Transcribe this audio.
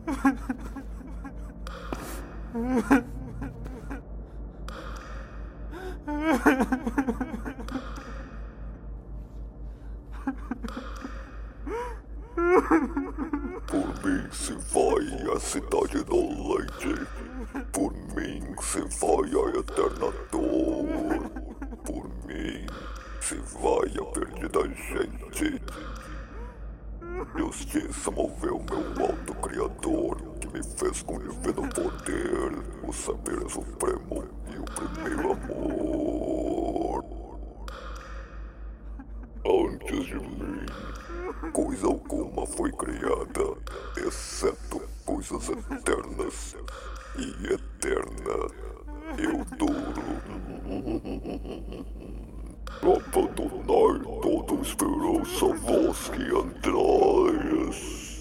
Por mim se vai à cidade do leite. Por mim se vai à eterna dor. Por mim se vai a perdida gente. Justiça moveu meu alto criador, que me fez conviver no poder, o saber supremo e o primeiro amor. Antes de mim, coisa alguma foi criada, exceto coisas eternas. E eterna eu duro. Abandonai toda esperança, vós que andrais.